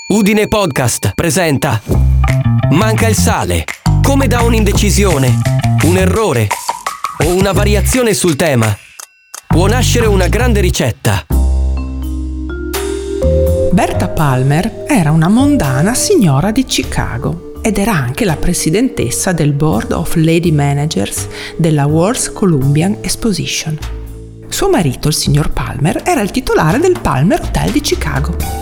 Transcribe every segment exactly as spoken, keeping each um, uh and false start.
Udine Podcast presenta Manca il sale. Come da un'indecisione, un errore o una variazione sul tema può nascere una grande ricetta. Berta Palmer era una mondana signora di Chicago ed era anche la presidentessa del Board of Lady Managers della World's Columbian Exposition. Suo marito, il signor Palmer, era il titolare del Palmer Hotel di Chicago.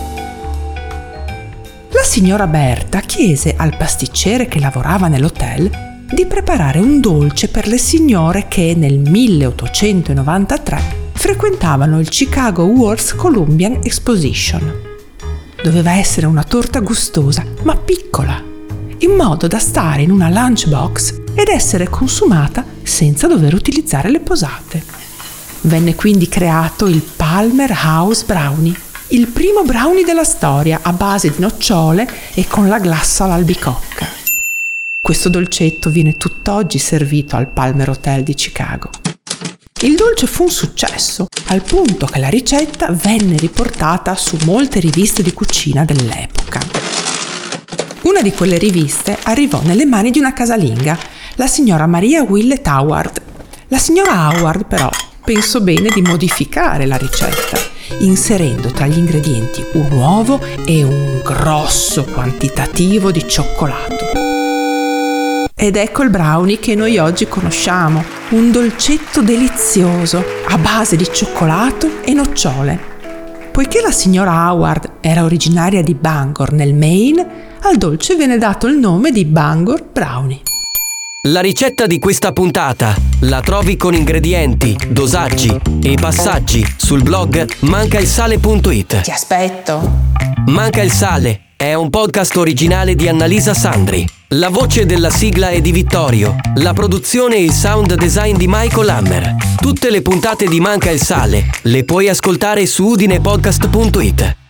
La signora Berta chiese al pasticcere che lavorava nell'hotel di preparare un dolce per le signore che nel milleottocentonovantatré frequentavano il Chicago World's Columbian Exposition. Doveva essere una torta gustosa, ma piccola, in modo da stare in una lunchbox ed essere consumata senza dover utilizzare le posate. Venne quindi creato il Palmer House Brownie, il primo brownie della storia a base di nocciole e con la glassa all'albicocca. Questo dolcetto viene tutt'oggi servito al Palmer Hotel di Chicago. Il dolce fu un successo, al punto che la ricetta venne riportata su molte riviste di cucina dell'epoca. Una di quelle riviste arrivò nelle mani di una casalinga, la signora Maria Willett Howard. La signora Howard, però, pensò bene di modificare la ricetta, inserendo tra gli ingredienti un uovo e un grosso quantitativo di cioccolato. Ed ecco il brownie che noi oggi conosciamo, un dolcetto delizioso a base di cioccolato e nocciole. Poiché la signora Howard era originaria di Bangor, nel Maine, al dolce viene dato il nome di Bangor Brownie. La ricetta di questa puntata la trovi con ingredienti, dosaggi e passaggi sul blog manca il sale punto it. Ti aspetto. Manca il sale è un podcast originale di Annalisa Sandri. La voce della sigla è di Vittorio, la produzione e il sound design di Michael Hammer. Tutte le puntate di Manca il sale le puoi ascoltare su udine podcast punto it.